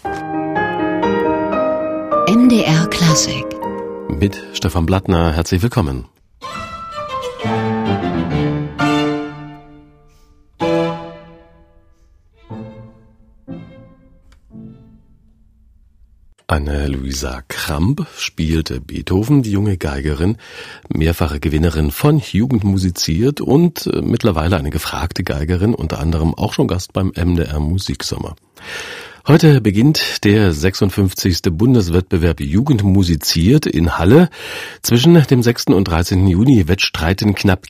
MDR Klassik. Mit Stefan Blattner, herzlich willkommen. Anne Luisa Kramp spielte Beethoven, die junge Geigerin, mehrfache Gewinnerin von Jugend musiziert und mittlerweile eine gefragte Geigerin, unter anderem auch schon Gast beim MDR Musiksommer. Heute beginnt der 56. Bundeswettbewerb Jugend musiziert in Halle. Zwischen dem 6. und 13. Juni wettstreiten knapp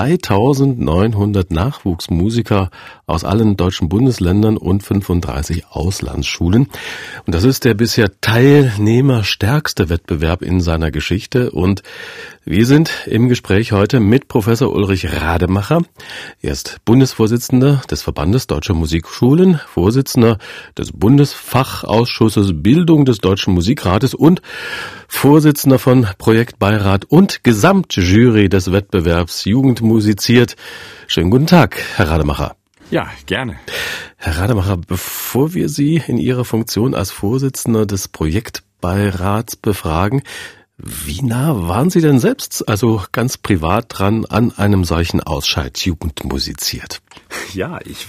2900 Nachwuchsmusiker aus allen deutschen Bundesländern und 35 Auslandsschulen. Und das ist der bisher teilnehmerstärkste Wettbewerb in seiner Geschichte. Und wir sind im Gespräch heute mit Professor Ulrich Rademacher. Er ist Bundesvorsitzender des Verbandes Deutscher Musikschulen, Vorsitzender des Bundesfachausschusses Bildung des Deutschen Musikrates und Vorsitzender von Projektbeirat und Gesamtjury des Wettbewerbs Jugend musiziert. Schönen guten Tag, Herr Rademacher. Ja, gerne. Herr Rademacher, bevor wir Sie in Ihrer Funktion als Vorsitzender des Projektbeirats befragen, wie nah waren Sie denn selbst, also ganz privat dran, an einem solchen Ausscheid Jugend musiziert? Ja, ich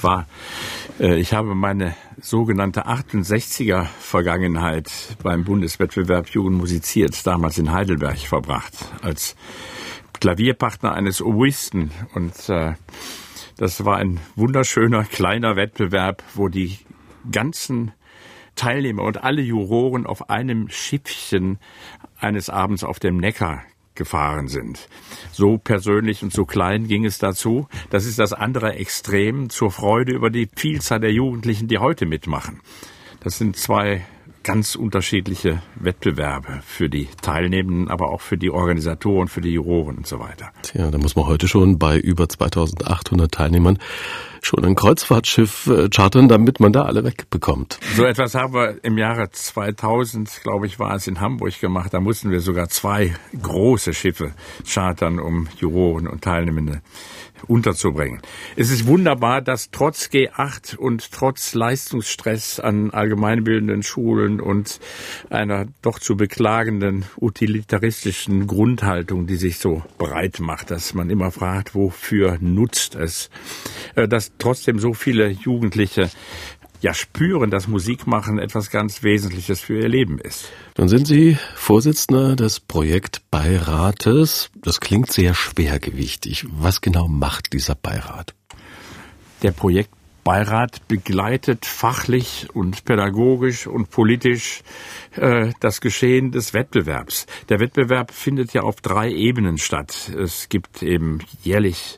habe meine sogenannte 68er Vergangenheit beim Bundeswettbewerb Jugend musiziert, damals in Heidelberg verbracht, als Klavierpartner eines Oboisten. Und das war ein wunderschöner, kleiner Wettbewerb, wo die ganzen Teilnehmer und alle Juroren auf einem Schiffchen eines Abends auf dem Neckar gefahren sind. So persönlich und so klein ging es dazu. Das ist das andere Extrem zur Freude über die Vielzahl der Jugendlichen, die heute mitmachen. Das sind zwei ganz unterschiedliche Wettbewerbe für die Teilnehmenden, aber auch für die Organisatoren, für die Juroren und so weiter. Tja, da muss man heute schon bei über 2800 Teilnehmern schon ein Kreuzfahrtschiff chartern, damit man da alle wegbekommt. So etwas haben wir im Jahre 2000, glaube ich, war es in Hamburg gemacht. Da mussten wir sogar 2 große Schiffe chartern, um Juroren und Teilnehmende unterzubringen. Es ist wunderbar, dass trotz G8 und trotz Leistungsstress an allgemeinbildenden Schulen und einer doch zu beklagenden utilitaristischen Grundhaltung, die sich so breit macht, dass man immer fragt, wofür nutzt es, dass trotzdem so viele Jugendliche spüren, dass Musikmachen etwas ganz Wesentliches für ihr Leben ist. Nun sind Sie Vorsitzender des Projektbeirates. Das klingt sehr schwergewichtig. Was genau macht dieser Beirat? Der Projektbeirat begleitet fachlich und pädagogisch und politisch das Geschehen des Wettbewerbs. Der Wettbewerb findet ja auf 3 Ebenen statt. Es gibt eben jährlich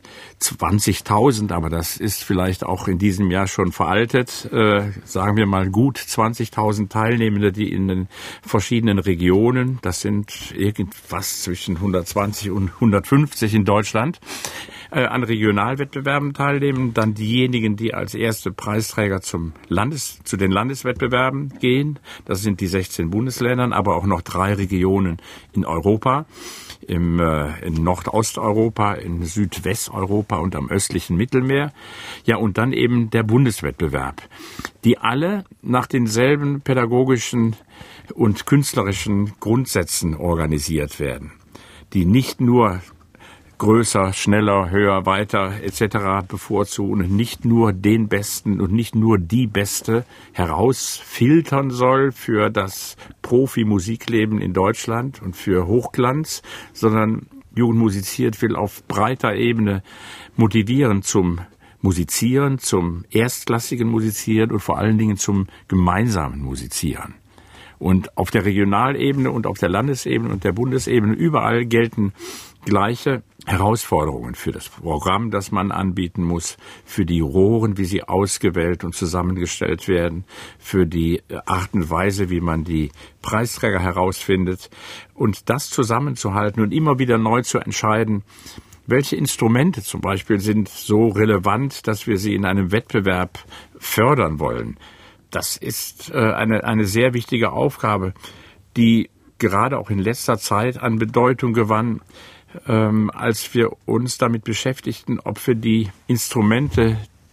20.000, aber das ist vielleicht auch in diesem Jahr schon veraltet, sagen wir mal gut 20.000 Teilnehmende, die in den verschiedenen Regionen, das sind irgendwas zwischen 120 und 150 in Deutschland, an Regionalwettbewerben teilnehmen, dann diejenigen, die als erste Preisträger zu den Landeswettbewerben gehen, das sind die 16 Bundesländern, aber auch noch 3 Regionen in Europa, in Nordosteuropa, in Südwesteuropa und am östlichen Mittelmeer. Ja, und dann eben der Bundeswettbewerb, die alle nach denselben pädagogischen und künstlerischen Grundsätzen organisiert werden, die nicht nur größer, schneller, höher, weiter etc. bevorzugen und nicht nur den Besten und nicht nur die Beste herausfiltern soll für das Profi-Musikleben in Deutschland und für Hochglanz, sondern Jugend musiziert will auf breiter Ebene motivieren zum Musizieren, zum erstklassigen Musizieren und vor allen Dingen zum gemeinsamen Musizieren. Und auf der Regionalebene und auf der Landesebene und der Bundesebene überall gelten gleiche Herausforderungen für das Programm, das man anbieten muss, für die Juroren, wie sie ausgewählt und zusammengestellt werden, für die Art und Weise, wie man die Preisträger herausfindet und das zusammenzuhalten und immer wieder neu zu entscheiden, welche Instrumente zum Beispiel sind so relevant, dass wir sie in einem Wettbewerb fördern wollen. Das ist eine sehr wichtige Aufgabe, die gerade auch in letzter Zeit an Bedeutung gewann, als wir uns damit beschäftigten, ob wir die Instrumente,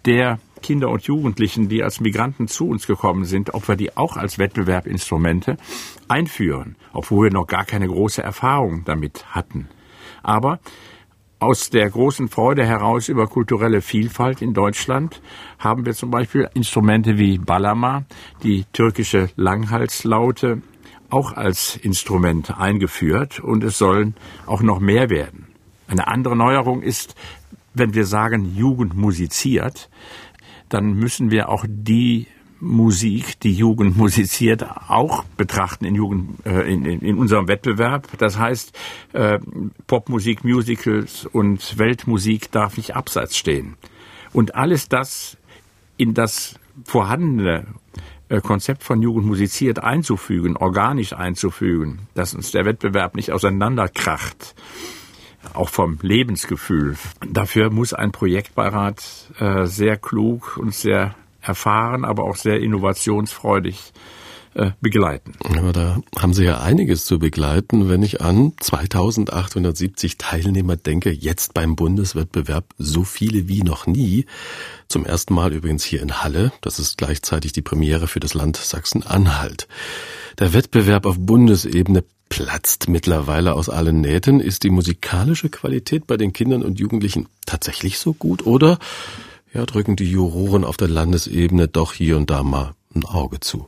der Kinder und Jugendlichen, die als Migranten zu uns gekommen sind, ob wir die auch als Wettbewerbinstrumente einführen, obwohl wir noch gar keine große Erfahrung damit hatten. Aber aus der großen Freude heraus über kulturelle Vielfalt in Deutschland haben wir zum Beispiel Instrumente wie Bağlama, die türkische Langhalslaute, auch als Instrument eingeführt, und es sollen auch noch mehr werden. Eine andere Neuerung ist, wenn wir sagen, Jugend musiziert, dann müssen wir auch die Musik, die Jugend musiziert, auch betrachten in unserem Wettbewerb. Das heißt, Popmusik, Musicals und Weltmusik darf nicht abseits stehen. Und alles das in das vorhandene Konzept von Jugend musiziert einzufügen, organisch einzufügen, dass uns der Wettbewerb nicht auseinanderkracht, auch vom Lebensgefühl. Dafür muss ein Projektbeirat sehr klug und sehr erfahren, aber auch sehr innovationsfreudig begleiten. Aber da haben Sie ja einiges zu begleiten, wenn ich an 2870 Teilnehmer denke, jetzt beim Bundeswettbewerb so viele wie noch nie. Zum ersten Mal übrigens hier in Halle. Das ist gleichzeitig die Premiere für das Land Sachsen-Anhalt. Der Wettbewerb auf Bundesebene platzt mittlerweile aus allen Nähten. Ist die musikalische Qualität bei den Kindern und Jugendlichen tatsächlich so gut, oder drücken die Juroren auf der Landesebene doch hier und da mal ein Auge zu?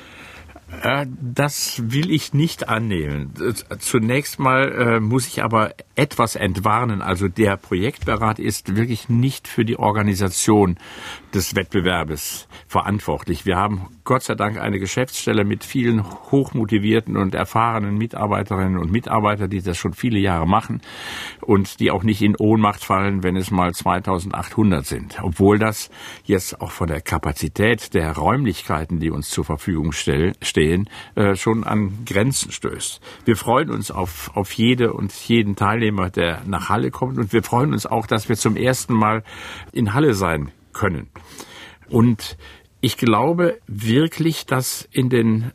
Das will ich nicht annehmen. Zunächst mal muss ich aber etwas entwarnen. Also der Projektbeirat ist wirklich nicht für die Organisation des Wettbewerbes verantwortlich. Wir haben Gott sei Dank eine Geschäftsstelle mit vielen hochmotivierten und erfahrenen Mitarbeiterinnen und Mitarbeitern, die das schon viele Jahre machen und die auch nicht in Ohnmacht fallen, wenn es mal 2800 sind. Obwohl das jetzt auch von der Kapazität der Räumlichkeiten, die uns zur Verfügung stehen, schon an Grenzen stößt. Wir freuen uns auf jede und jeden Teilnehmer, der nach Halle kommt, und wir freuen uns auch, dass wir zum ersten Mal in Halle sein können. Und ich glaube wirklich, dass in den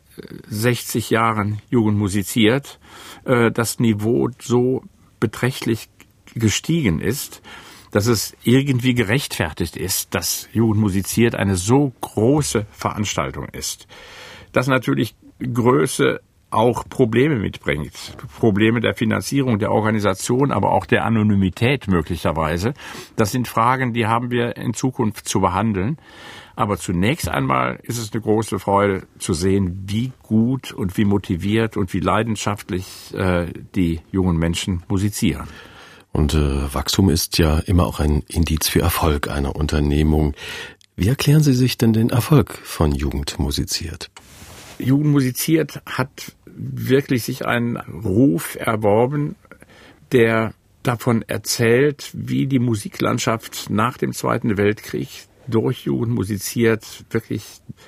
60 Jahren Jugend musiziert das Niveau so beträchtlich gestiegen ist, dass es irgendwie gerechtfertigt ist, dass Jugend musiziert eine so große Veranstaltung ist. Dass natürlich Größe auch Probleme mitbringt. Probleme der Finanzierung, der Organisation, aber auch der Anonymität möglicherweise. Das sind Fragen, die haben wir in Zukunft zu behandeln. Aber zunächst einmal ist es eine große Freude zu sehen, wie gut und wie motiviert und wie leidenschaftlich die jungen Menschen musizieren. Und Wachstum ist ja immer auch ein Indiz für Erfolg einer Unternehmung. Wie erklären Sie sich denn den Erfolg von Jugend musiziert? Jugend musiziert hat wirklich sich einen Ruf erworben, der davon erzählt, wie die Musiklandschaft nach dem Zweiten Weltkrieg durch Jugend musiziert wirklich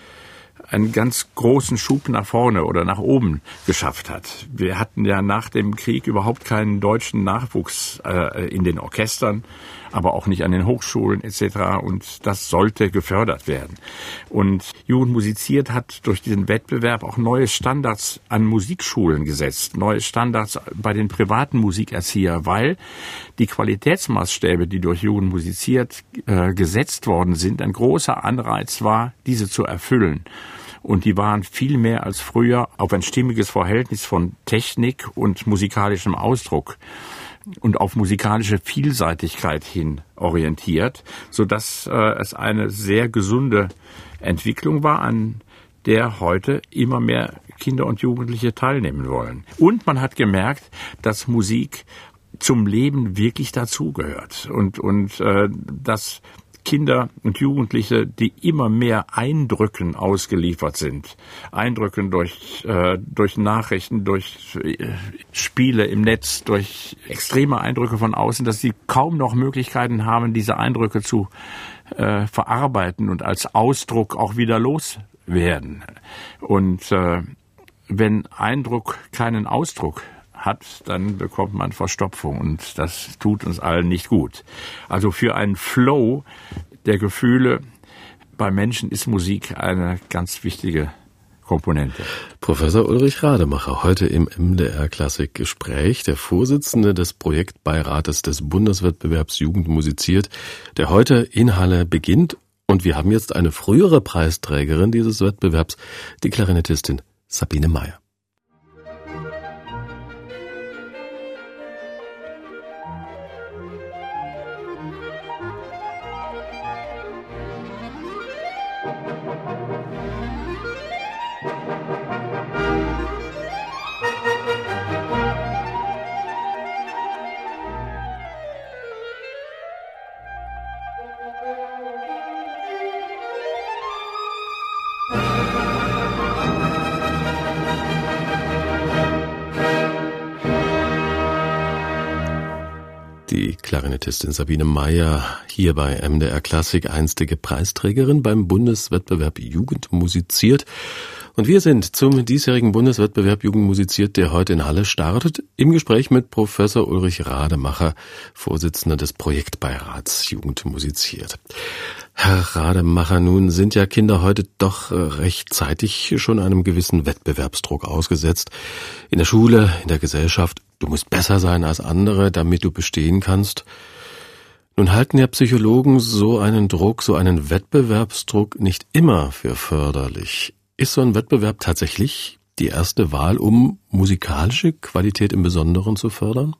einen ganz großen Schub nach vorne oder nach oben geschafft hat. Wir hatten ja nach dem Krieg überhaupt keinen deutschen Nachwuchs in den Orchestern, aber auch nicht an den Hochschulen etc. Und das sollte gefördert werden. Und Jugend musiziert hat durch diesen Wettbewerb auch neue Standards an Musikschulen gesetzt, neue Standards bei den privaten Musikerziehern, weil die Qualitätsmaßstäbe, die durch Jugend musiziert gesetzt worden sind, ein großer Anreiz war, diese zu erfüllen. Und die waren viel mehr als früher auf ein stimmiges Verhältnis von Technik und musikalischem Ausdruck und auf musikalische Vielseitigkeit hin orientiert, sodass es eine sehr gesunde Entwicklung war, an der heute immer mehr Kinder und Jugendliche teilnehmen wollen. Und man hat gemerkt, dass Musik zum Leben wirklich dazugehört und dass Kinder und Jugendliche, die immer mehr Eindrücken ausgeliefert sind. Eindrücken durch Nachrichten, durch Spiele im Netz, durch extreme Eindrücke von außen, dass sie kaum noch Möglichkeiten haben, diese Eindrücke zu verarbeiten und als Ausdruck auch wieder loswerden. Und wenn Eindruck keinen Ausdruck hat, dann bekommt man Verstopfung und das tut uns allen nicht gut. Also für einen Flow der Gefühle bei Menschen ist Musik eine ganz wichtige Komponente. Professor Ulrich Rademacher, heute im MDR Klassik Gespräch, der Vorsitzende des Projektbeirates des Bundeswettbewerbs Jugend musiziert, der heute in Halle beginnt Und wir haben jetzt eine frühere Preisträgerin dieses Wettbewerbs, die Klarinettistin Sabine Meyer. Die Klarinettistin Sabine Meyer, hier bei MDR Klassik, einstige Preisträgerin beim Bundeswettbewerb Jugend musiziert. Und wir sind zum diesjährigen Bundeswettbewerb Jugend musiziert, der heute in Halle startet, im Gespräch mit Professor Ulrich Rademacher, Vorsitzender des Projektbeirats Jugend musiziert. Herr Rademacher, nun sind ja Kinder heute doch rechtzeitig schon einem gewissen Wettbewerbsdruck ausgesetzt. In der Schule, in der Gesellschaft. Du musst besser sein als andere, damit du bestehen kannst. Nun halten ja Psychologen so einen Druck, so einen Wettbewerbsdruck nicht immer für förderlich. Ist so ein Wettbewerb tatsächlich die erste Wahl, um musikalische Qualität im Besonderen zu fördern?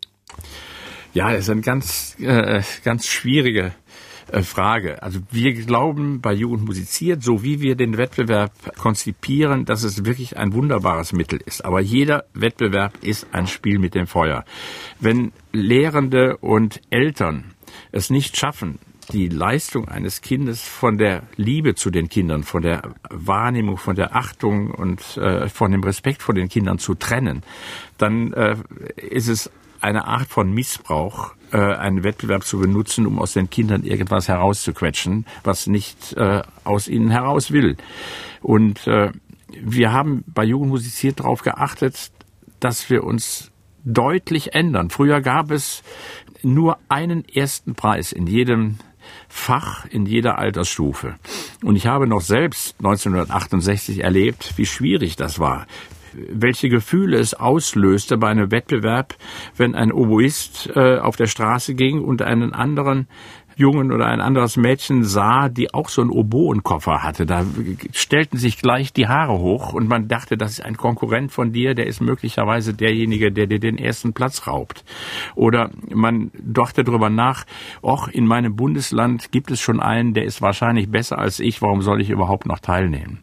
Ja, das ist eine ganz schwierige Frage. Also wir glauben bei Jugend musiziert, so wie wir den Wettbewerb konzipieren, dass es wirklich ein wunderbares Mittel ist. Aber jeder Wettbewerb ist ein Spiel mit dem Feuer. Wenn Lehrende und Eltern es nicht schaffen, die Leistung eines Kindes von der Liebe zu den Kindern, von der Wahrnehmung, von der Achtung und von dem Respekt vor den Kindern zu trennen, dann ist es eine Art von Missbrauch, einen Wettbewerb zu benutzen, um aus den Kindern irgendwas herauszuquetschen, was nicht aus ihnen heraus will. Und wir haben bei Jugend musiziert darauf geachtet, dass wir uns deutlich ändern. Früher gab es nur einen ersten Preis in jedem Fach, in jeder Altersstufe. Und ich habe noch selbst 1968 erlebt, wie schwierig das war. Welche Gefühle es auslöste bei einem Wettbewerb, wenn ein Oboist auf der Straße ging und einen anderen Jungen oder ein anderes Mädchen sah, die auch so einen Oboenkoffer hatte. Da stellten sich gleich die Haare hoch und man dachte, das ist ein Konkurrent von dir, der ist möglicherweise derjenige, der dir den ersten Platz raubt. Oder man dachte darüber nach, in meinem Bundesland gibt es schon einen, der ist wahrscheinlich besser als ich, warum soll ich überhaupt noch teilnehmen?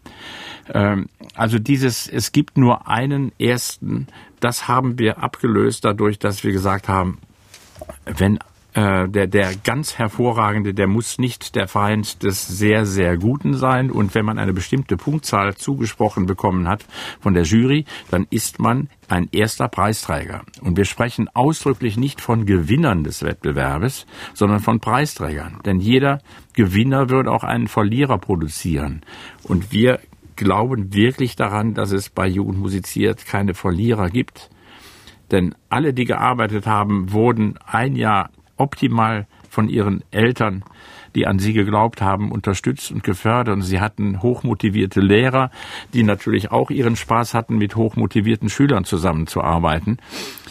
Also es gibt nur einen ersten, das haben wir abgelöst dadurch, dass wir gesagt haben, wenn der ganz Hervorragende, der muss nicht der Feind des sehr, sehr Guten sein. Und wenn man eine bestimmte Punktzahl zugesprochen bekommen hat von der Jury, dann ist man ein erster Preisträger. Und wir sprechen ausdrücklich nicht von Gewinnern des Wettbewerbes, sondern von Preisträgern. Denn jeder Gewinner würde auch einen Verlierer produzieren. Und wir glauben wirklich daran, dass es bei Jugend musiziert keine Verlierer gibt. Denn alle, die gearbeitet haben, wurden ein Jahr optimal von ihren Eltern, die an sie geglaubt haben, unterstützt und gefördert. Und sie hatten hochmotivierte Lehrer, die natürlich auch ihren Spaß hatten, mit hochmotivierten Schülern zusammenzuarbeiten.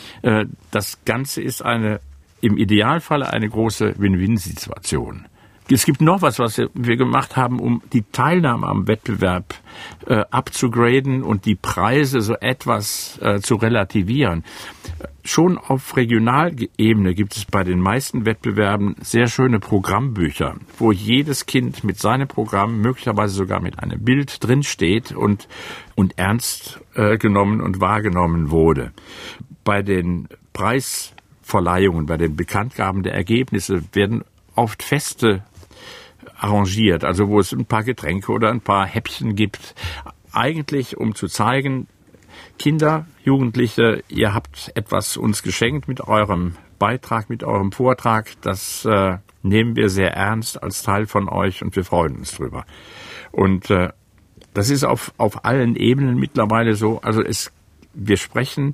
Das Ganze ist im Idealfall eine große Win-Win-Situation. Es gibt noch was wir gemacht haben, um die Teilnahme am Wettbewerb abzugraden und die Preise so etwas zu relativieren. Schon auf Regionalebene gibt es bei den meisten Wettbewerben sehr schöne Programmbücher, wo jedes Kind mit seinem Programm, möglicherweise sogar mit einem Bild drinsteht und ernst genommen und wahrgenommen wurde. Bei den Preisverleihungen, bei den Bekanntgaben der Ergebnisse werden oft Feste arrangiert, also wo es ein paar Getränke oder ein paar Häppchen gibt. Eigentlich, um zu zeigen, Kinder, Jugendliche, ihr habt etwas uns geschenkt mit eurem Beitrag, mit eurem Vortrag. Das nehmen wir sehr ernst als Teil von euch und wir freuen uns drüber. Und das ist auf allen Ebenen mittlerweile so. Also wir sprechen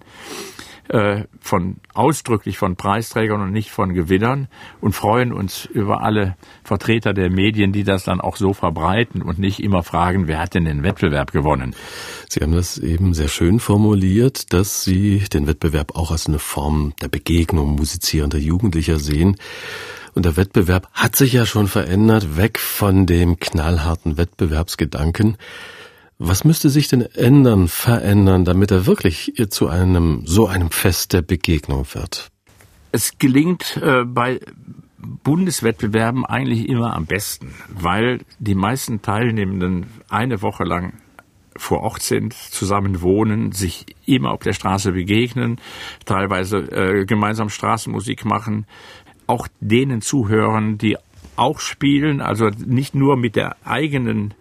ausdrücklich von Preisträgern und nicht von Gewinnern und freuen uns über alle Vertreter der Medien, die das dann auch so verbreiten und nicht immer fragen, wer hat denn den Wettbewerb gewonnen. Sie haben das eben sehr schön formuliert, dass Sie den Wettbewerb auch als eine Form der Begegnung musizierender Jugendlicher sehen. Und der Wettbewerb hat sich ja schon verändert, weg von dem knallharten Wettbewerbsgedanken. Was müsste sich denn verändern, damit er wirklich zu einem Fest der Begegnung wird? Es gelingt bei Bundeswettbewerben eigentlich immer am besten, weil die meisten Teilnehmenden eine Woche lang vor Ort sind, zusammen wohnen, sich immer auf der Straße begegnen, teilweise gemeinsam Straßenmusik machen, auch denen zuhören, die auch spielen, also nicht nur mit dem eigenen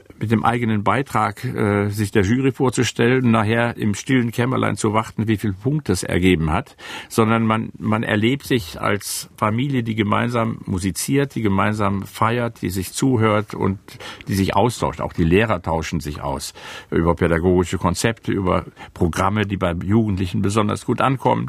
Beitrag sich der Jury vorzustellen und nachher im stillen Kämmerlein zu warten, wie viel Punkte es ergeben hat, sondern man erlebt sich als Familie, die gemeinsam musiziert, die gemeinsam feiert, die sich zuhört und die sich austauscht. Auch die Lehrer tauschen sich aus über pädagogische Konzepte, über Programme, die bei Jugendlichen besonders gut ankommen.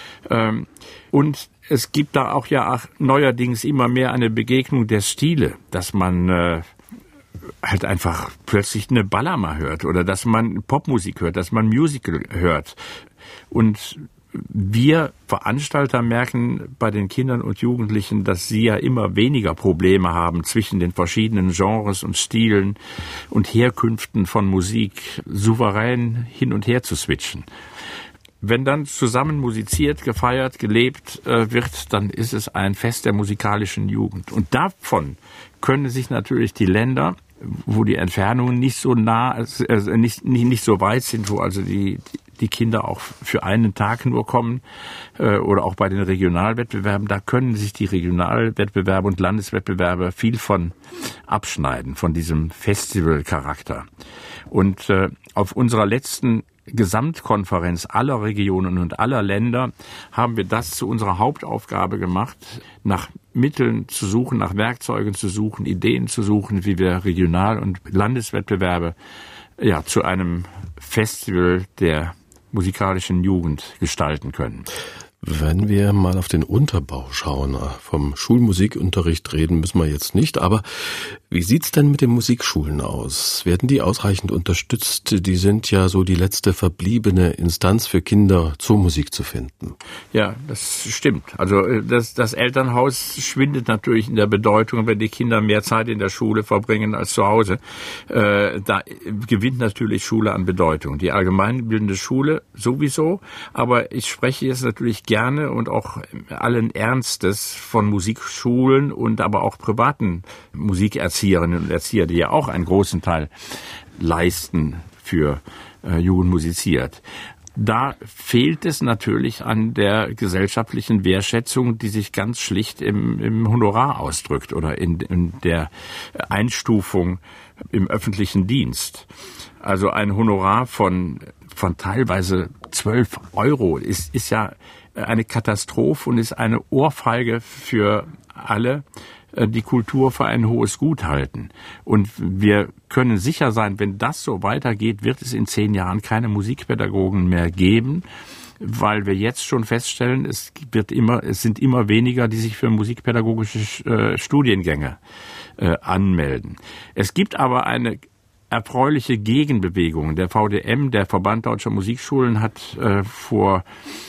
Und es gibt da auch neuerdings immer mehr eine Begegnung der Stile, dass man halt einfach plötzlich eine Ballermann hört oder dass man Popmusik hört, dass man Musical hört. Und wir Veranstalter merken bei den Kindern und Jugendlichen, dass sie ja immer weniger Probleme haben, zwischen den verschiedenen Genres und Stilen und Herkünften von Musik souverän hin und her zu switchen. Wenn dann zusammen musiziert, gefeiert, gelebt wird, dann ist es ein Fest der musikalischen Jugend. Und davon können sich natürlich die Länder, wo die Entfernungen nicht so nicht so weit sind, wo also die Kinder auch für einen Tag nur kommen, oder auch bei den Regionalwettbewerben, da können sich die Regionalwettbewerbe und Landeswettbewerbe viel von abschneiden, von diesem Festivalcharakter. Und auf unserer letzten Gesamtkonferenz aller Regionen und aller Länder haben wir das zu unserer Hauptaufgabe gemacht, nach Mitteln zu suchen, nach Werkzeugen zu suchen, Ideen zu suchen, wie wir Regional- und Landeswettbewerbe zu einem Festival der musikalischen Jugend gestalten können. Wenn wir mal auf den Unterbau schauen, vom Schulmusikunterricht reden müssen wir jetzt nicht, aber wie sieht's denn mit den Musikschulen aus? Werden die ausreichend unterstützt? Die sind ja so die letzte verbliebene Instanz für Kinder, zur Musik zu finden. Ja, das stimmt. Also das Elternhaus schwindet natürlich in der Bedeutung, wenn die Kinder mehr Zeit in der Schule verbringen als zu Hause. Da gewinnt natürlich Schule an Bedeutung. Die allgemeinbildende Schule sowieso, aber ich spreche jetzt natürlich gerne und auch allen Ernstes von Musikschulen und aber auch privaten Musikerzieherinnen und Erzieher, die ja auch einen großen Teil leisten für Jugend musiziert. Da fehlt es natürlich an der gesellschaftlichen Wertschätzung, die sich ganz schlicht im Honorar ausdrückt oder in der Einstufung im öffentlichen Dienst. Also ein Honorar von teilweise 12 € ist ja eine Katastrophe und ist eine Ohrfeige für alle, die Kultur für ein hohes Gut halten. Und wir können sicher sein, wenn das so weitergeht, wird es in 10 Jahren keine Musikpädagogen mehr geben, weil wir jetzt schon feststellen, es sind immer weniger, die sich für musikpädagogische Studiengänge anmelden. Es gibt aber eine erfreuliche Gegenbewegung. Der VDM, der Verband Deutscher Musikschulen, hat vor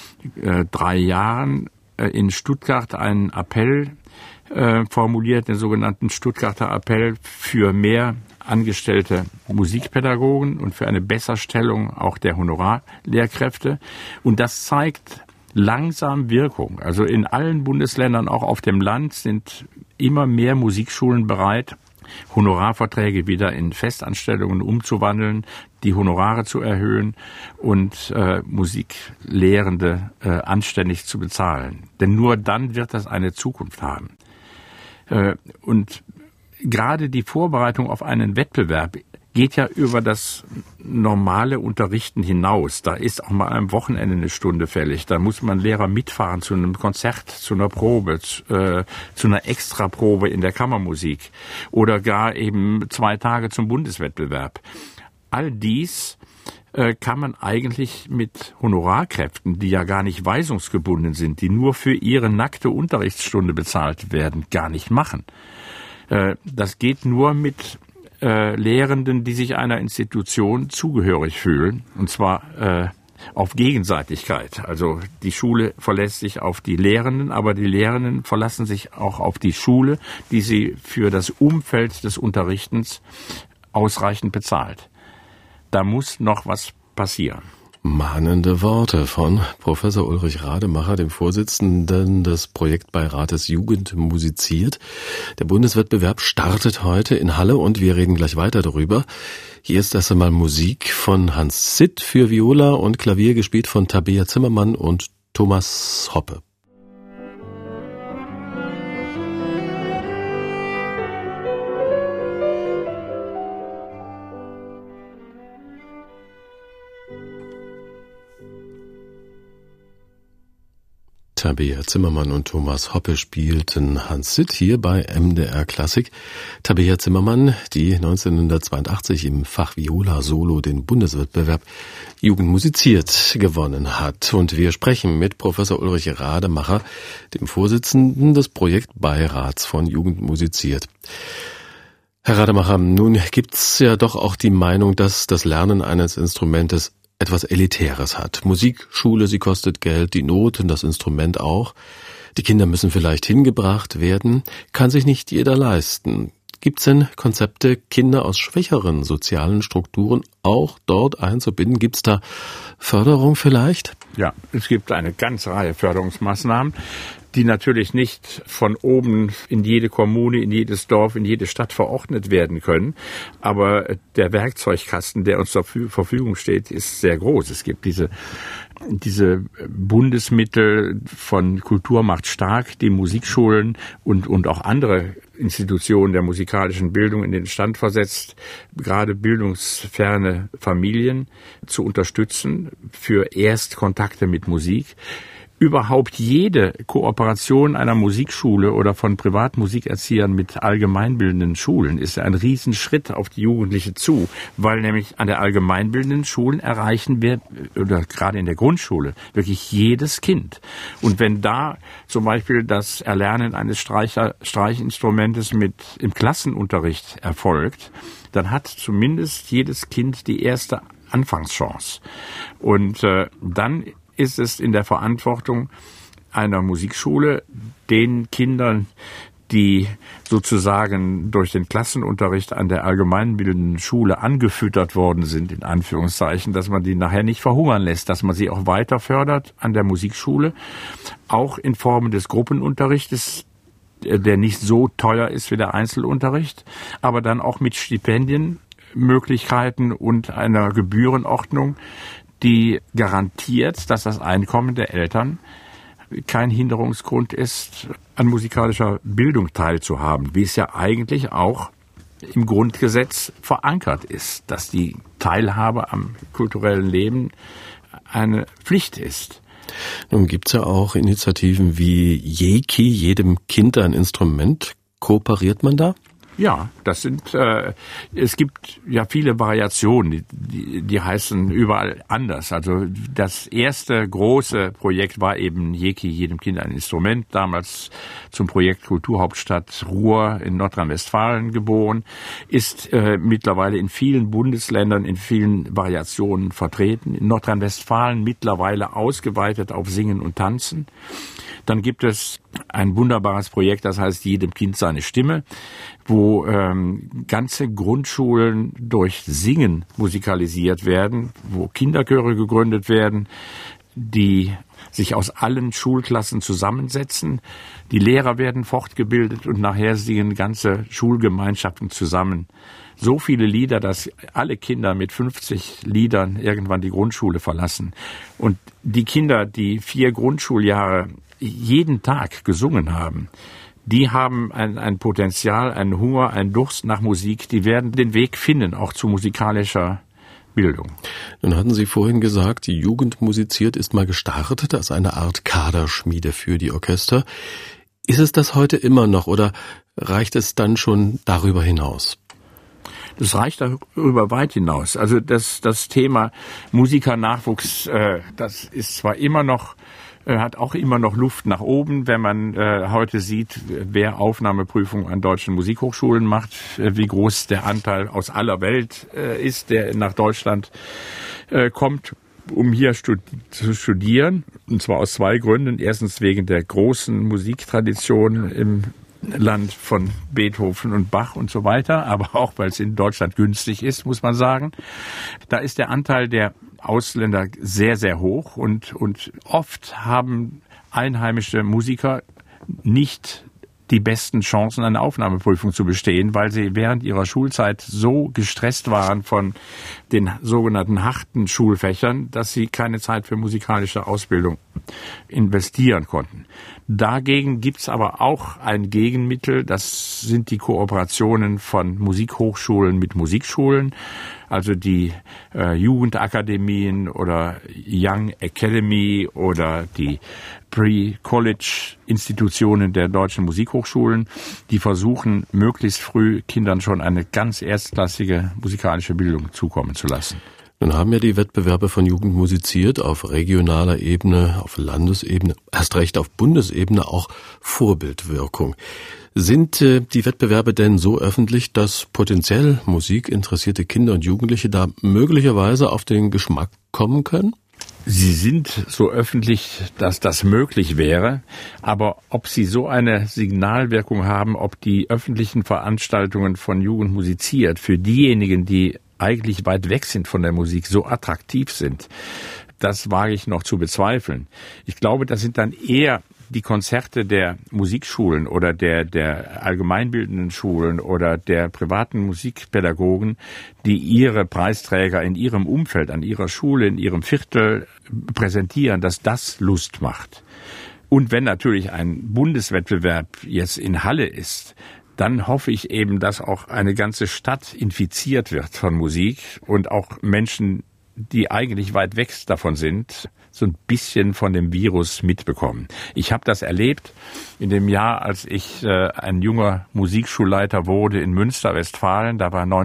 3 Jahren in Stuttgart einen Appell formuliert, den sogenannten Stuttgarter Appell für mehr angestellte Musikpädagogen und für eine Besserstellung auch der Honorarlehrkräfte. Und das zeigt langsam Wirkung. Also in allen Bundesländern, auch auf dem Land, sind immer mehr Musikschulen bereit, Honorarverträge wieder in Festanstellungen umzuwandeln, die Honorare zu erhöhen und Musiklehrende anständig zu bezahlen. Denn nur dann wird das eine Zukunft haben. Und gerade die Vorbereitung auf einen Wettbewerb geht ja über das normale Unterrichten hinaus. Da ist auch mal am Wochenende eine Stunde fällig. Da muss man Lehrer mitfahren zu einem Konzert, zu einer Probe, zu einer Extraprobe in der Kammermusik oder gar eben 2 Tage zum Bundeswettbewerb. All dies kann man eigentlich mit Honorarkräften, die ja gar nicht weisungsgebunden sind, die nur für ihre nackte Unterrichtsstunde bezahlt werden, gar nicht machen. Das geht nur mit Lehrenden, die sich einer Institution zugehörig fühlen, und zwar auf Gegenseitigkeit. Also die Schule verlässt sich auf die Lehrenden, aber die Lehrenden verlassen sich auch auf die Schule, die sie für das Umfeld des Unterrichtens ausreichend bezahlt. Da muss noch was passieren. Mahnende Worte von Professor Ulrich Rademacher, dem Vorsitzenden des Projektbeirates Jugend musiziert. Der Bundeswettbewerb startet heute in Halle und wir reden gleich weiter darüber. Hier ist erst einmal Musik von Hans Sitt für Viola und Klavier, gespielt von Tabea Zimmermann und Thomas Hoppe. Tabea Zimmermann und Thomas Hoppe spielten Hans Sitt hier bei MDR Klassik. Tabea Zimmermann, die 1982 im Fach Viola Solo den Bundeswettbewerb Jugend musiziert gewonnen hat. Und wir sprechen mit Professor Ulrich Rademacher, dem Vorsitzenden des Projektbeirats von Jugend musiziert. Herr Rademacher, nun gibt's ja doch auch die Meinung, dass das Lernen eines Instrumentes etwas Elitäres hat. Musikschule, sie kostet Geld, die Noten, das Instrument auch. Die Kinder müssen vielleicht hingebracht werden, kann sich nicht jeder leisten. Gibt es denn Konzepte, Kinder aus schwächeren sozialen Strukturen auch dort einzubinden? Gibt es da Förderung vielleicht? Ja, es gibt eine ganze Reihe Förderungsmaßnahmen, die natürlich nicht von oben in jede Kommune, in jedes Dorf, in jede Stadt verordnet werden können. Aber der Werkzeugkasten, der uns zur Verfügung steht, ist sehr groß. Es gibt diese Bundesmittel von Kultur macht stark, die Musikschulen und auch andere Institutionen der musikalischen Bildung in den Stand versetzt, gerade bildungsferne Familien zu unterstützen für Erstkontakte mit Musik. Überhaupt jede Kooperation einer Musikschule oder von Privatmusikerziehern mit allgemeinbildenden Schulen ist ein Riesenschritt auf die Jugendliche zu, weil nämlich an der allgemeinbildenden Schulen erreichen wir, oder gerade in der Grundschule, wirklich jedes Kind. Und wenn da zum Beispiel das Erlernen eines Streichinstrumentes im Klassenunterricht erfolgt, dann hat zumindest jedes Kind die erste Anfangschance. Und dann ist es in der Verantwortung einer Musikschule, den Kindern, die sozusagen durch den Klassenunterricht an der allgemeinbildenden Schule angefüttert worden sind, in Anführungszeichen, dass man die nachher nicht verhungern lässt, dass man sie auch weiter fördert an der Musikschule, auch in Form des Gruppenunterrichtes, der nicht so teuer ist wie der Einzelunterricht, aber dann auch mit Stipendienmöglichkeiten und einer Gebührenordnung, die garantiert, dass das Einkommen der Eltern kein Hinderungsgrund ist, an musikalischer Bildung teilzuhaben, wie es ja eigentlich auch im Grundgesetz verankert ist, dass die Teilhabe am kulturellen Leben eine Pflicht ist. Nun gibt's ja auch Initiativen wie JEKI, jedem Kind ein Instrument. Kooperiert man da? Ja, es gibt ja viele Variationen, die heißen überall anders. Also das erste große Projekt war eben JEKI, jedem Kind ein Instrument, damals zum Projekt Kulturhauptstadt Ruhr in Nordrhein-Westfalen geboren, ist mittlerweile in vielen Bundesländern in vielen Variationen vertreten. In Nordrhein-Westfalen mittlerweile ausgeweitet auf Singen und Tanzen. Dann gibt es ein wunderbares Projekt, das heißt jedem Kind seine Stimme, wo ganze Grundschulen durch Singen musikalisiert werden, wo Kinderchöre gegründet werden, die sich aus allen Schulklassen zusammensetzen. Die Lehrer werden fortgebildet und nachher singen ganze Schulgemeinschaften zusammen. So viele Lieder, dass alle Kinder mit 50 Liedern irgendwann die Grundschule verlassen. Und die Kinder, die 4 Grundschuljahre jeden Tag gesungen haben, die haben ein Potenzial, einen Hunger, einen Durst nach Musik. Die werden den Weg finden, auch zu musikalischer Bildung. Nun hatten Sie vorhin gesagt, die Jugend musiziert ist mal gestartet als eine Art Kaderschmiede für die Orchester. Ist es das heute immer noch oder reicht es dann schon darüber hinaus? Das reicht darüber weit hinaus. Also das Thema Musikernachwuchs, das ist zwar immer noch, hat auch immer noch Luft nach oben, wenn man heute sieht, wer Aufnahmeprüfungen an deutschen Musikhochschulen macht, wie groß der Anteil aus aller Welt ist, der nach Deutschland kommt. um hier zu studieren. Und zwar aus 2 Gründen. Erstens wegen der großen Musiktradition im Land von Beethoven und Bach und so weiter, aber auch, weil es in Deutschland günstig ist, muss man sagen. Da ist der Anteil der Ausländer sehr, sehr hoch und oft haben einheimische Musiker nicht die besten Chancen, eine Aufnahmeprüfung zu bestehen, weil sie während ihrer Schulzeit so gestresst waren von den sogenannten harten Schulfächern, dass sie keine Zeit für musikalische Ausbildung investieren konnten. Dagegen gibt's aber auch ein Gegenmittel, das sind die Kooperationen von Musikhochschulen mit Musikschulen, also die Jugendakademien oder Young Academy oder die Pre-College-Institutionen der deutschen Musikhochschulen, die versuchen, möglichst früh Kindern schon eine ganz erstklassige musikalische Bildung zukommen zu lassen. Nun haben ja die Wettbewerbe von Jugend musiziert auf regionaler Ebene, auf Landesebene, erst recht auf Bundesebene auch Vorbildwirkung. Sind die Wettbewerbe denn so öffentlich, dass potenziell musikinteressierte Kinder und Jugendliche da möglicherweise auf den Geschmack kommen können? Sie sind so öffentlich, dass das möglich wäre, aber ob sie so eine Signalwirkung haben, ob die öffentlichen Veranstaltungen von Jugend musiziert für diejenigen, die eigentlich weit weg sind von der Musik, so attraktiv sind, das wage ich noch zu bezweifeln. Ich glaube, das sind dann eher die Konzerte der Musikschulen oder der allgemeinbildenden Schulen oder der privaten Musikpädagogen, die ihre Preisträger in ihrem Umfeld, an ihrer Schule, in ihrem Viertel präsentieren, dass das Lust macht. Und wenn natürlich ein Bundeswettbewerb jetzt in Halle ist, dann hoffe ich eben, dass auch eine ganze Stadt infiziert wird von Musik und auch Menschen, die eigentlich weit weg davon sind, so ein bisschen von dem Virus mitbekommen. Ich habe das erlebt in dem Jahr, als ich ein junger Musikschulleiter wurde in Münster, Westfalen. Da war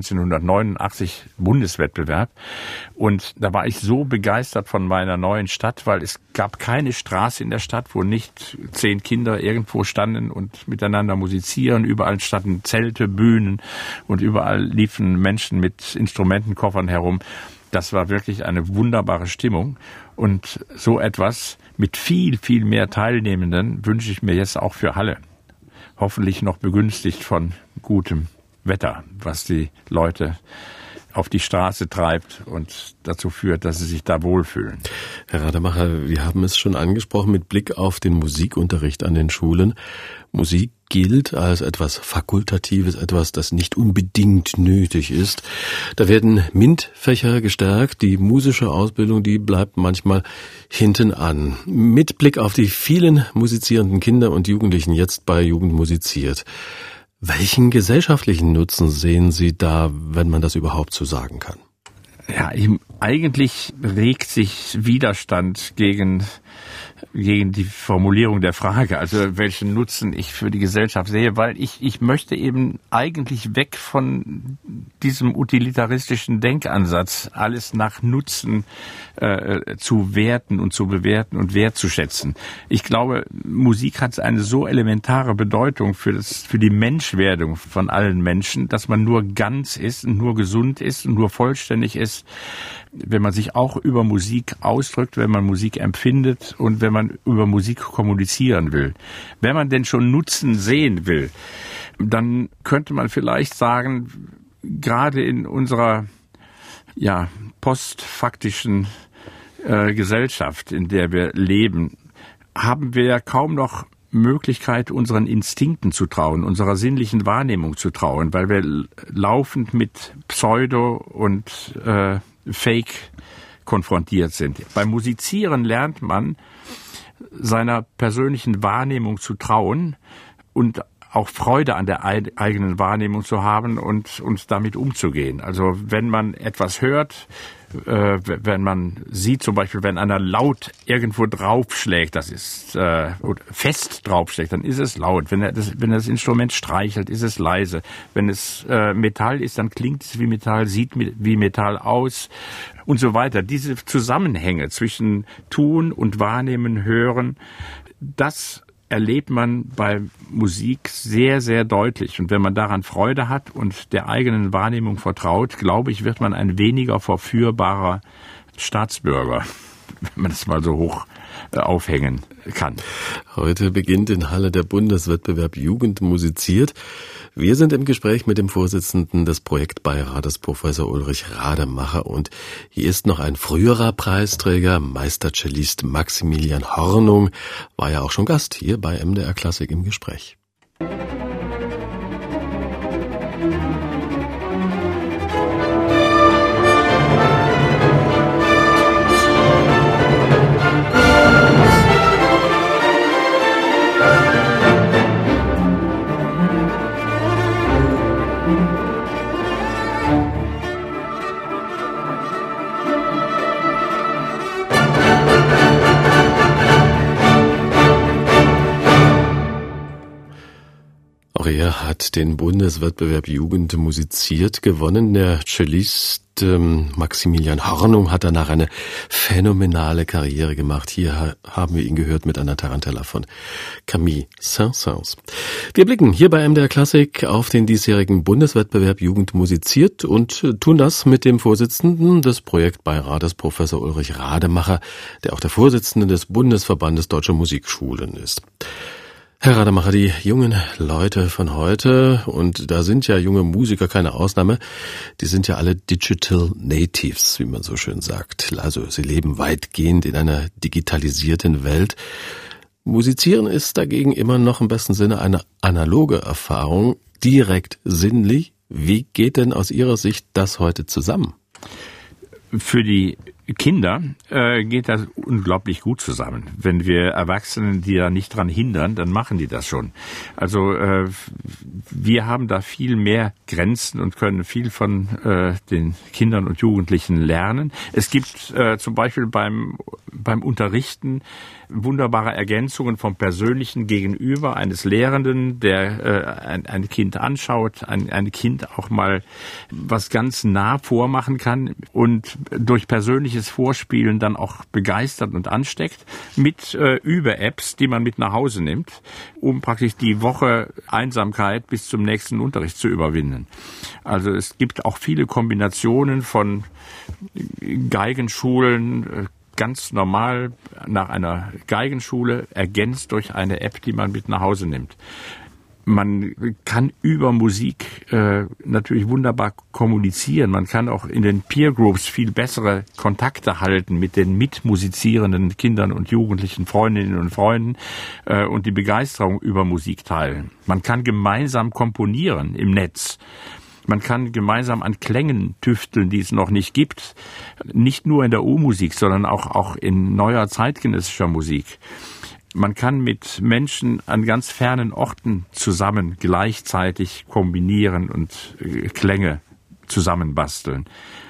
1989 Bundeswettbewerb. Und da war ich so begeistert von meiner neuen Stadt, weil es gab keine Straße in der Stadt, wo nicht 10 Kinder irgendwo standen und miteinander musizieren. Überall standen Zelte, Bühnen und überall liefen Menschen mit Instrumentenkoffern herum. Das war wirklich eine wunderbare Stimmung. Und so etwas mit viel, viel mehr Teilnehmenden wünsche ich mir jetzt auch für Halle. Hoffentlich noch begünstigt von gutem Wetter, was die Leute auf die Straße treibt und dazu führt, dass sie sich da wohlfühlen. Herr Rademacher, wir haben es schon angesprochen mit Blick auf den Musikunterricht an den Schulen. Musik gilt als etwas Fakultatives, etwas, das nicht unbedingt nötig ist. Da werden MINT-Fächer gestärkt, die musische Ausbildung, die bleibt manchmal hinten an. Mit Blick auf die vielen musizierenden Kinder und Jugendlichen jetzt bei Jugend musiziert. Welchen gesellschaftlichen Nutzen sehen Sie da, wenn man das überhaupt so sagen kann? Ja, eigentlich regt sich Widerstand gegen die Formulierung der Frage, also welchen Nutzen ich für die Gesellschaft sehe, weil ich möchte eben eigentlich weg von diesem utilitaristischen Denkansatz, alles nach Nutzen zu werten und zu bewerten und wertzuschätzen. Ich glaube, Musik hat eine so elementare Bedeutung für die Menschwerdung von allen Menschen, dass man nur ganz ist und nur gesund ist und nur vollständig ist, wenn man sich auch über Musik ausdrückt, wenn man Musik empfindet und wenn man über Musik kommunizieren will. Wenn man denn schon Nutzen sehen will, dann könnte man vielleicht sagen, gerade in unserer postfaktischen Gesellschaft, in der wir leben, haben wir ja kaum noch Möglichkeit, unseren Instinkten zu trauen, unserer sinnlichen Wahrnehmung zu trauen, weil wir laufend mit Pseudo und Fake konfrontiert sind. Beim Musizieren lernt man, seiner persönlichen Wahrnehmung zu trauen und auch Freude an der eigenen Wahrnehmung zu haben und damit umzugehen. Also wenn man etwas hört, wenn man sieht zum Beispiel, wenn einer laut irgendwo draufschlägt, das ist fest draufschlägt, dann ist es laut. Wenn er das Instrument streichelt, ist es leise. Wenn es Metall ist, dann klingt es wie Metall, sieht wie Metall aus und so weiter. Diese Zusammenhänge zwischen Tun und Wahrnehmen, Hören, das erlebt man bei Musik sehr, sehr deutlich. Und wenn man daran Freude hat und der eigenen Wahrnehmung vertraut, glaube ich, wird man ein weniger verführbarer Staatsbürger, wenn man das mal so hoch aufhängen kann. Heute beginnt in Halle der Bundeswettbewerb Jugend musiziert. Wir sind im Gespräch mit dem Vorsitzenden des Projektbeirates, Professor Ulrich Rademacher. Und hier ist noch ein früherer Preisträger, Meistercellist Maximilian Hornung, war ja auch schon Gast hier bei MDR Klassik im Gespräch. Auch er hat den Bundeswettbewerb Jugend musiziert gewonnen. Der Cellist Maximilian Hornung hat danach eine phänomenale Karriere gemacht. Hier haben wir ihn gehört mit einer Tarantella von Camille Saint-Saëns. Wir blicken hier bei MDR Klassik auf den diesjährigen Bundeswettbewerb Jugend musiziert und tun das mit dem Vorsitzenden des Projektbeirates, Professor Ulrich Rademacher, der auch der Vorsitzende des Bundesverbandes Deutscher Musikschulen ist. Herr Rademacher, die jungen Leute von heute, und da sind ja junge Musiker keine Ausnahme, die sind ja alle Digital Natives, wie man so schön sagt. Also sie leben weitgehend in einer digitalisierten Welt. Musizieren ist dagegen immer noch im besten Sinne eine analoge Erfahrung, direkt sinnlich. Wie geht denn aus Ihrer Sicht das heute zusammen? Für die Kinder geht das unglaublich gut zusammen. Wenn wir Erwachsenen die da nicht dran hindern, dann machen die das schon. Also wir haben da viel mehr Grenzen und können viel von den Kindern und Jugendlichen lernen. Es gibt zum Beispiel beim Unterrichten wunderbare Ergänzungen vom persönlichen Gegenüber eines Lehrenden, der ein Kind anschaut, ein Kind auch mal was ganz nah vormachen kann und durch persönliches Vorspielen dann auch begeistert und ansteckt, mit Übe-Apps, die man mit nach Hause nimmt, um praktisch die Woche Einsamkeit bis zum nächsten Unterricht zu überwinden. Also es gibt auch viele Kombinationen von Geigenschulen, ganz normal nach einer Geigenschule, ergänzt durch eine App, die man mit nach Hause nimmt. Man kann über Musik natürlich wunderbar kommunizieren. Man kann auch in den Peer Groups viel bessere Kontakte halten mit den mitmusizierenden Kindern und Jugendlichen, Freundinnen und Freunden und die Begeisterung über Musik teilen. Man kann gemeinsam komponieren im Netz. Man kann gemeinsam an Klängen tüfteln, die es noch nicht gibt. Nicht nur in der U-Musik, sondern auch in neuer zeitgenössischer Musik. Man kann mit Menschen an ganz fernen Orten zusammen gleichzeitig kombinieren und Klänge zusammenbasteln.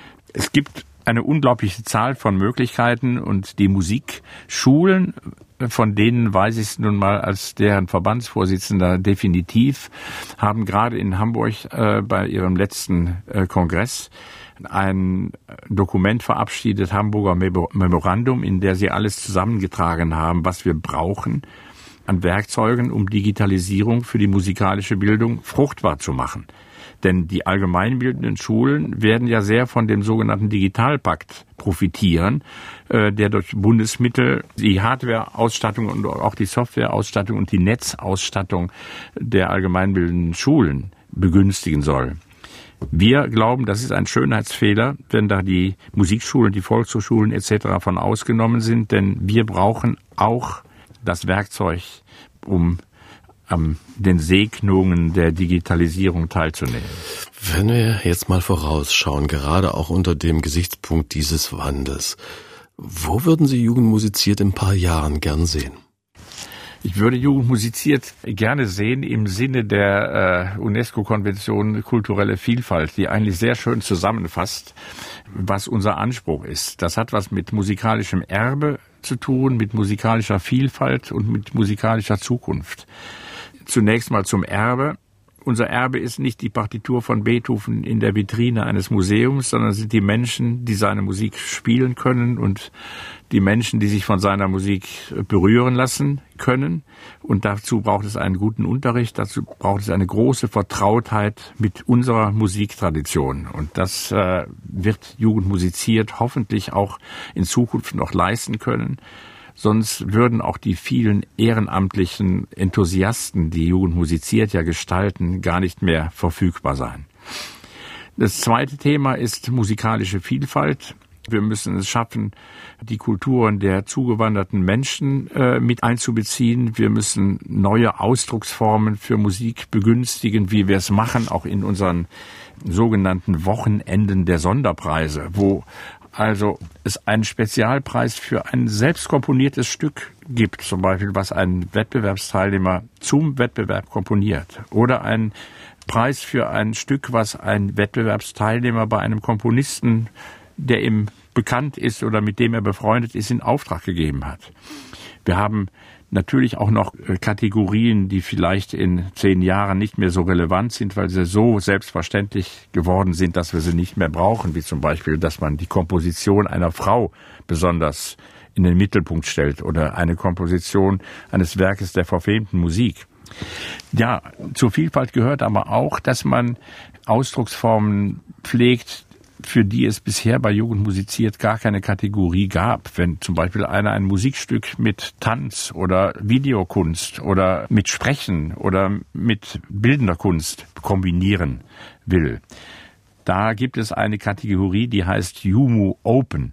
Es gibt eine unglaubliche Zahl von Möglichkeiten und die Musikschulen, von denen weiß ich es nun mal als deren Verbandsvorsitzender definitiv, haben gerade in Hamburg bei ihrem letzten Kongress ein Dokument verabschiedet, Hamburger Memorandum, in der sie alles zusammengetragen haben, was wir brauchen an Werkzeugen, um Digitalisierung für die musikalische Bildung fruchtbar zu machen. Denn die allgemeinbildenden Schulen werden ja sehr von dem sogenannten Digitalpakt profitieren, der durch Bundesmittel die Hardware-Ausstattung und auch die Software-Ausstattung und die Netzausstattung der allgemeinbildenden Schulen begünstigen soll. Wir glauben, das ist ein Schönheitsfehler, wenn da die Musikschulen, die Volkshochschulen etc. von ausgenommen sind, denn wir brauchen auch das Werkzeug, um an den Segnungen der Digitalisierung teilzunehmen. Wenn wir jetzt mal vorausschauen, gerade auch unter dem Gesichtspunkt dieses Wandels, wo würden Sie Jugend musiziert in ein paar Jahren gern sehen? Ich würde Jugend musiziert gerne sehen im Sinne der UNESCO-Konvention kulturelle Vielfalt, die eigentlich sehr schön zusammenfasst, was unser Anspruch ist. Das hat was mit musikalischem Erbe zu tun, mit musikalischer Vielfalt und mit musikalischer Zukunft. Zunächst mal zum Erbe. Unser Erbe ist nicht die Partitur von Beethoven in der Vitrine eines Museums, sondern sind die Menschen, die seine Musik spielen können und die Menschen, die sich von seiner Musik berühren lassen können. Und dazu braucht es einen guten Unterricht, dazu braucht es eine große Vertrautheit mit unserer Musiktradition. Und das wird Jugend musiziert hoffentlich auch in Zukunft noch leisten können. Sonst würden auch die vielen ehrenamtlichen Enthusiasten, die Jugend musiziert ja gestalten, gar nicht mehr verfügbar sein. Das zweite Thema ist musikalische Vielfalt. Wir müssen es schaffen, die Kulturen der zugewanderten Menschen mit einzubeziehen. Wir müssen neue Ausdrucksformen für Musik begünstigen, wie wir es machen, auch in unseren sogenannten Wochenenden der Sonderpreise, wo also es einen Spezialpreis für ein selbst komponiertes Stück gibt, zum Beispiel was ein Wettbewerbsteilnehmer zum Wettbewerb komponiert, oder einen Preis für ein Stück, was ein Wettbewerbsteilnehmer bei einem Komponisten, der ihm bekannt ist oder mit dem er befreundet ist, in Auftrag gegeben hat. Wir haben natürlich auch noch Kategorien, die vielleicht in 10 Jahren nicht mehr so relevant sind, weil sie so selbstverständlich geworden sind, dass wir sie nicht mehr brauchen, wie zum Beispiel, dass man die Komposition einer Frau besonders in den Mittelpunkt stellt oder eine Komposition eines Werkes der verfemten Musik. Ja, zur Vielfalt gehört aber auch, dass man Ausdrucksformen pflegt, für die es bisher bei Jugend musiziert gar keine Kategorie gab. Wenn zum Beispiel einer ein Musikstück mit Tanz oder Videokunst oder mit Sprechen oder mit bildender Kunst kombinieren will. Da gibt es eine Kategorie, die heißt JUMU Open.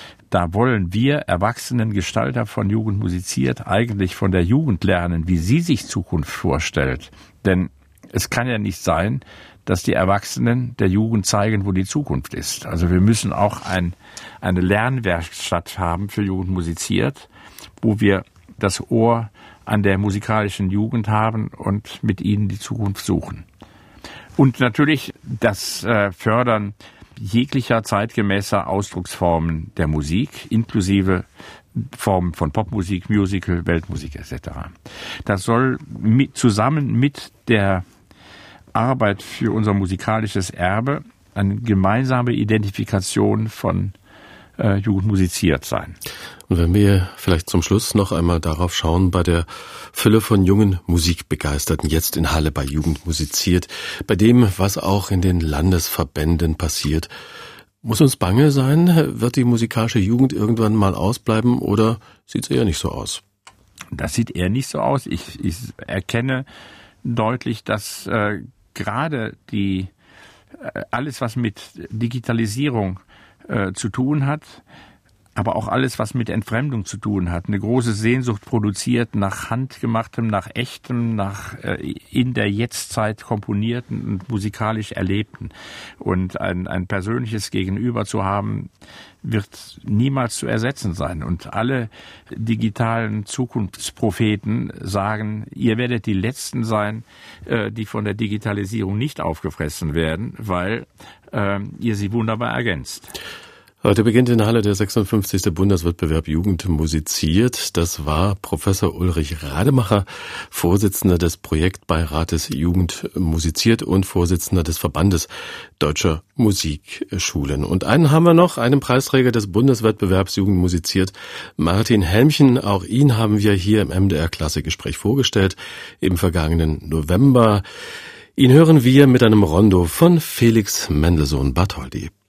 Da wollen wir erwachsenen Gestalter von Jugend musiziert eigentlich von der Jugend lernen, wie sie sich Zukunft vorstellt. Denn es kann ja nicht sein, dass die Erwachsenen der Jugend zeigen, wo die Zukunft ist. Also wir müssen auch eine Lernwerkstatt haben für Jugend musiziert, wo wir das Ohr an der musikalischen Jugend haben und mit ihnen die Zukunft suchen. Und natürlich das Fördern jeglicher zeitgemäßer Ausdrucksformen der Musik, inklusive Formen von Popmusik, Musical, Weltmusik etc. Das soll zusammen mit der Arbeit für unser musikalisches Erbe eine gemeinsame Identifikation von Jugend musiziert sein. Und wenn wir vielleicht zum Schluss noch einmal darauf schauen, bei der Fülle von jungen Musikbegeisterten jetzt in Halle bei Jugend musiziert, bei dem, was auch in den Landesverbänden passiert, muss uns bange sein? Wird die musikalische Jugend irgendwann mal ausbleiben oder sieht es eher nicht so aus? Das sieht eher nicht so aus. Ich erkenne deutlich, dass gerade alles, was mit Digitalisierung zu tun hat, aber auch alles, was mit Entfremdung zu tun hat, eine große Sehnsucht produziert nach handgemachtem, nach echtem, nach in der Jetztzeit komponierten und musikalisch erlebten. Und ein persönliches Gegenüber zu haben, wird niemals zu ersetzen sein. Und alle digitalen Zukunftspropheten sagen, ihr werdet die Letzten sein, die von der Digitalisierung nicht aufgefressen werden, weil ihr sie wunderbar ergänzt. Heute beginnt in Halle der 56. Bundeswettbewerb Jugend musiziert. Das war Professor Ulrich Rademacher, Vorsitzender des Projektbeirates Jugend musiziert und Vorsitzender des Verbandes Deutscher Musikschulen. Und einen haben wir noch, einen Preisträger des Bundeswettbewerbs Jugend musiziert, Martin Helmchen. Auch ihn haben wir hier im MDR Klassikgespräch vorgestellt im vergangenen November. Ihn hören wir mit einem Rondo von Felix Mendelssohn Bartholdy.